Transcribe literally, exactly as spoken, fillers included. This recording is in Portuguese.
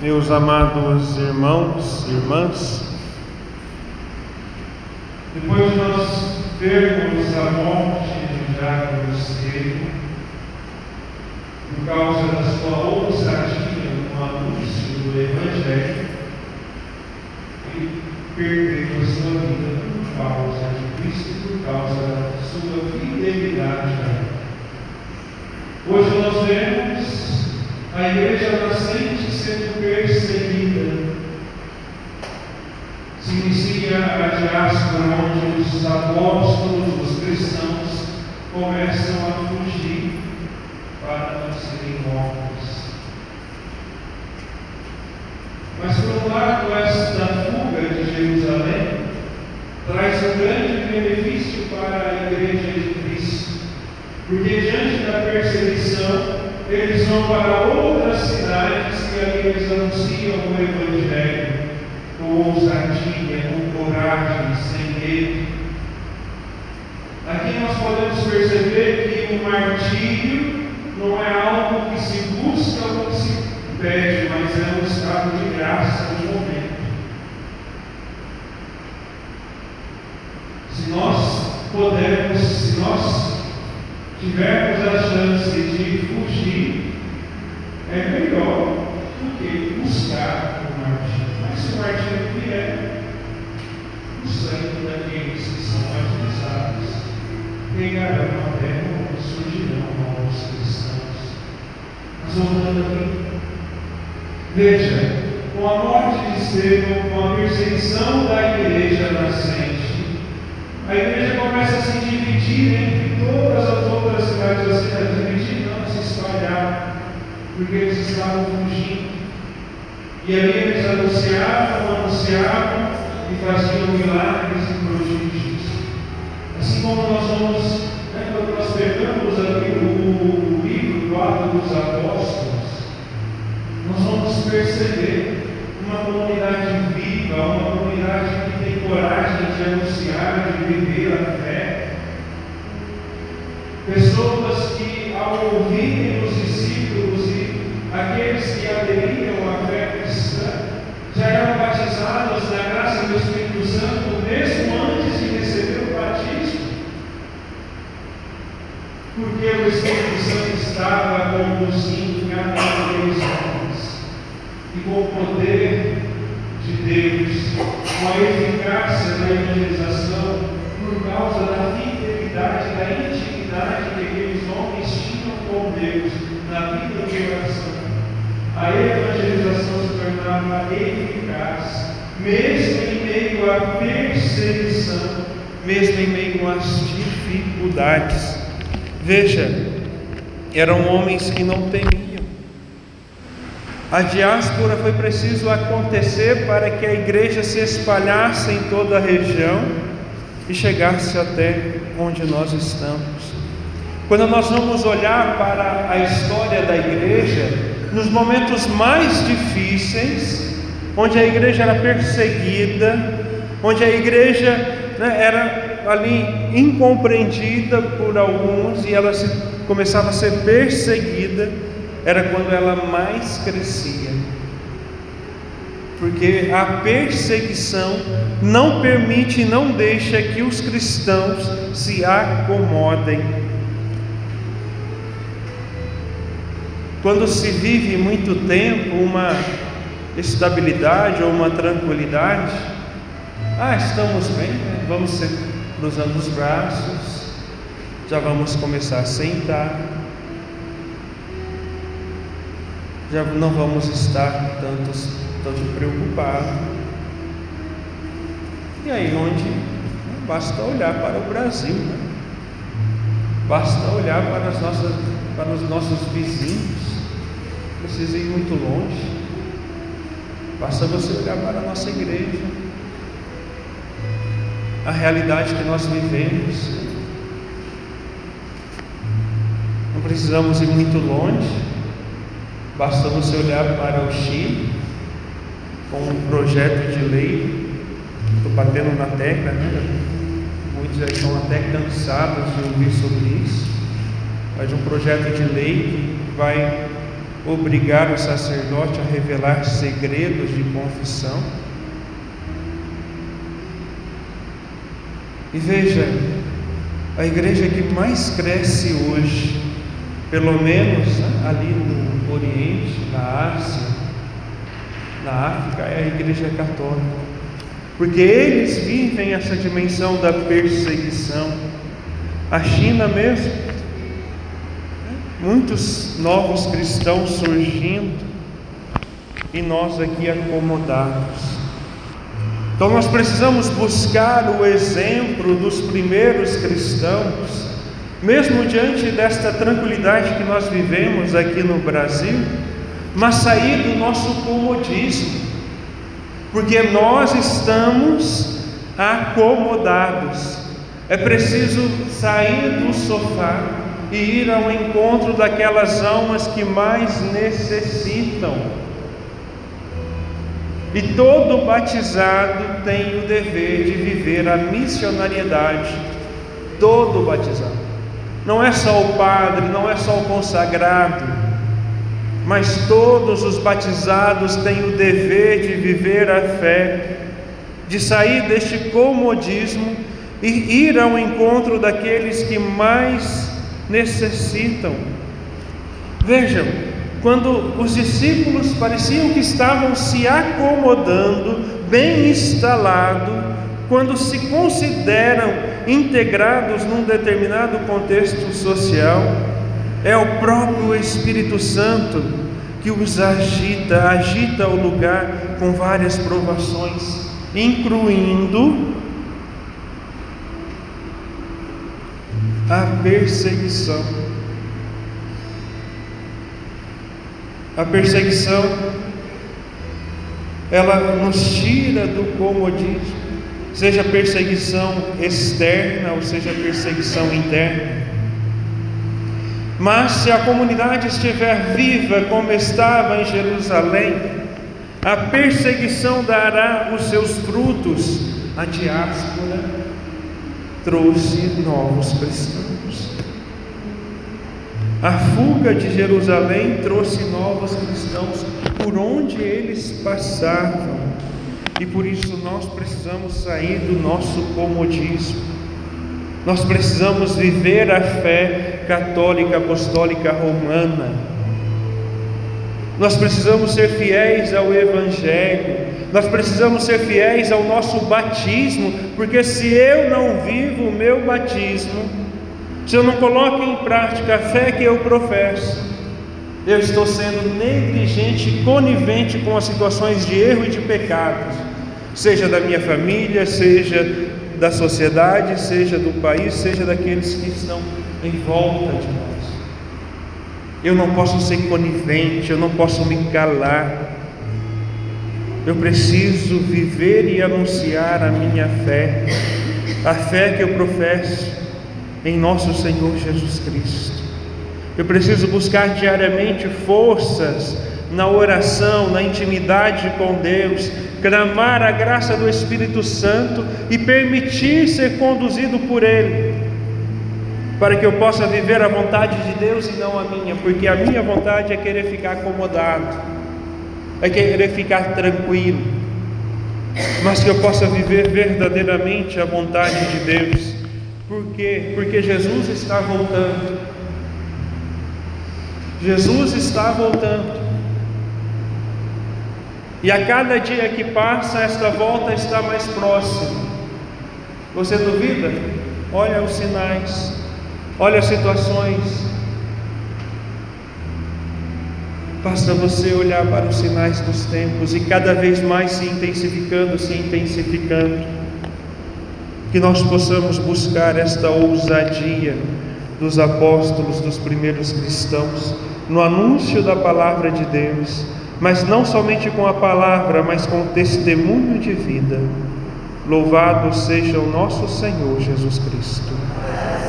Meus amados irmãos e irmãs, depois de nós vermos a morte de Diácono Estevão, por causa da sua ousadia no anúncio do Evangelho, ele perdeu a sua vida por causa de Cristo e por causa da sua fidelidade a Ele. Hoje nós vemos a igreja nascente sendo perseguida. Se inicia a diáspora, onde os apóstolos, os cristãos, começam a fugir para não serem mortos. Mas, por um lado, esta fuga de Jerusalém traz um grande benefício para a igreja de Cristo, porque diante da perseguição, eles vão para outras cidades e ali eles anunciam o Evangelho com ousadia, com coragem, sem medo. Aqui nós podemos perceber que o martírio não é algo que se busca ou que se pede, mas é um estado de graça no momento. Se nós pudermos, se nós tivermos a chance de fugir, é melhor do que buscar o martírio. Mas se o martírio vier, o sangue daqueles que são martirizados pegarão a terra e surgirão novos cristãos. Mas voltando aqui, veja, com a morte de Estevão, com a perseguição da igreja nascente, a igreja começa a se dividir entre todas as outras cidades, ou seja, dividir, não se espalhar, porque eles estavam fugindo. E ali eles anunciavam, anunciavam e faziam milagres e prodígios. Assim como nós vamos, né, quando nós pegamos aqui o, o livro do Atos dos Apóstolos, nós vamos perceber uma comunidade viva, uma comunidade que tem coragem de anunciar, de viver a fé. Pessoas que, ao ouvirem os discípulos e aqueles que aderiam à fé cristã, já eram batizados na graça do Espírito Santo, mesmo antes de receber o batismo, porque o Espírito Santo estava conduzindo cada um deles homens, e com o poder de Deus, com a eficácia da evangelização, por causa da fidelidade, da intimidade que aqueles homens tinham com Deus na vida de oração, a evangelização se tornava eficaz, mesmo em meio à perseguição, mesmo em meio às dificuldades. Veja, eram homens que não temiam. A diáspora foi preciso acontecer para que a igreja se espalhasse em toda a região e chegasse até onde nós estamos. Quando nós vamos olhar para a história da igreja, nos momentos mais difíceis, onde a igreja era perseguida, onde a igreja, né, era ali incompreendida por alguns e ela se, começava a ser perseguida, era quando ela mais crescia, porque a perseguição não permite e não deixa que os cristãos se acomodem. Quando se vive muito tempo uma estabilidade ou uma tranquilidade, ah, estamos bem, né? Vamos ser, cruzando os braços, já vamos começar a sentar, já não vamos estar tanto, tanto preocupados. E aí onde basta olhar para o Brasil, né? Basta olhar para, as nossas, para os nossos vizinhos, não precisa ir muito longe, basta você olhar para a nossa igreja, a realidade que nós vivemos. Não precisamos ir muito longe, basta você olhar para o Chile, com um projeto de lei. Estou batendo na tecla, né? Muitos já estão até cansados de ouvir sobre isso, mas um projeto de lei que vai obrigar o sacerdote a revelar segredos de confissão. E veja, a igreja que mais cresce hoje, pelo menos né, ali no Oriente, na Ásia, na África, é a igreja católica, porque eles vivem essa dimensão da perseguição. A China mesmo, muitos novos cristãos surgindo e nós aqui acomodados. Então nós precisamos buscar o exemplo dos primeiros cristãos, mesmo diante desta tranquilidade que nós vivemos aqui no Brasil, mas sair do nosso comodismo, porque nós estamos acomodados. É preciso sair do sofá e ir ao encontro daquelas almas que mais necessitam. E todo batizado tem o dever de viver a missionariedade. Todo batizado. Não é só o padre, não é só o consagrado, mas todos os batizados têm o dever de viver a fé, de sair deste comodismo e ir ao encontro daqueles que mais necessitam. Vejam, quando os discípulos pareciam que estavam se acomodando, bem instalado, quando se consideram integrados num determinado contexto social, é o próprio Espírito Santo que os agita, agita o lugar com várias provações, incluindo a perseguição. A perseguição, ela nos tira do comodismo, seja perseguição externa ou seja perseguição interna. Mas se a comunidade estiver viva como estava em Jerusalém, a perseguição dará os seus frutos. A diáspora trouxe novos cristãos. A fuga de Jerusalém trouxe novos cristãos por onde eles passavam. E por isso nós precisamos sair do nosso comodismo. Nós precisamos viver a fé católica, apostólica, romana. Nós precisamos ser fiéis ao Evangelho. Nós precisamos ser fiéis ao nosso batismo, porque se eu não vivo o meu batismo, se eu não coloco em prática a fé que eu professo, eu estou sendo negligente e conivente com as situações de erro e de pecados, seja da minha família, seja da sociedade, seja do país, seja daqueles que estão em volta de nós. Eu não posso ser conivente, eu não posso me calar. Eu preciso viver e anunciar a minha fé, a fé que eu professo em nosso Senhor Jesus Cristo. Eu preciso buscar diariamente forças na oração, na intimidade com Deus, clamar a graça do Espírito Santo e permitir ser conduzido por Ele, para que eu possa viver a vontade de Deus e não a minha, porque a minha vontade é querer ficar acomodado, é querer ficar tranquilo, mas que eu possa viver verdadeiramente a vontade de Deus. Por quê? Porque Jesus está voltando. Jesus está voltando. E a cada dia que passa, esta volta está mais próxima. Você duvida? Olha os sinais, olha as situações. Basta você olhar para os sinais dos tempos e cada vez mais se intensificando, se intensificando. Que nós possamos buscar esta ousadia dos apóstolos, dos primeiros cristãos, no anúncio da palavra de Deus, mas não somente com a palavra, mas com o testemunho de vida. Louvado seja o nosso Senhor Jesus Cristo.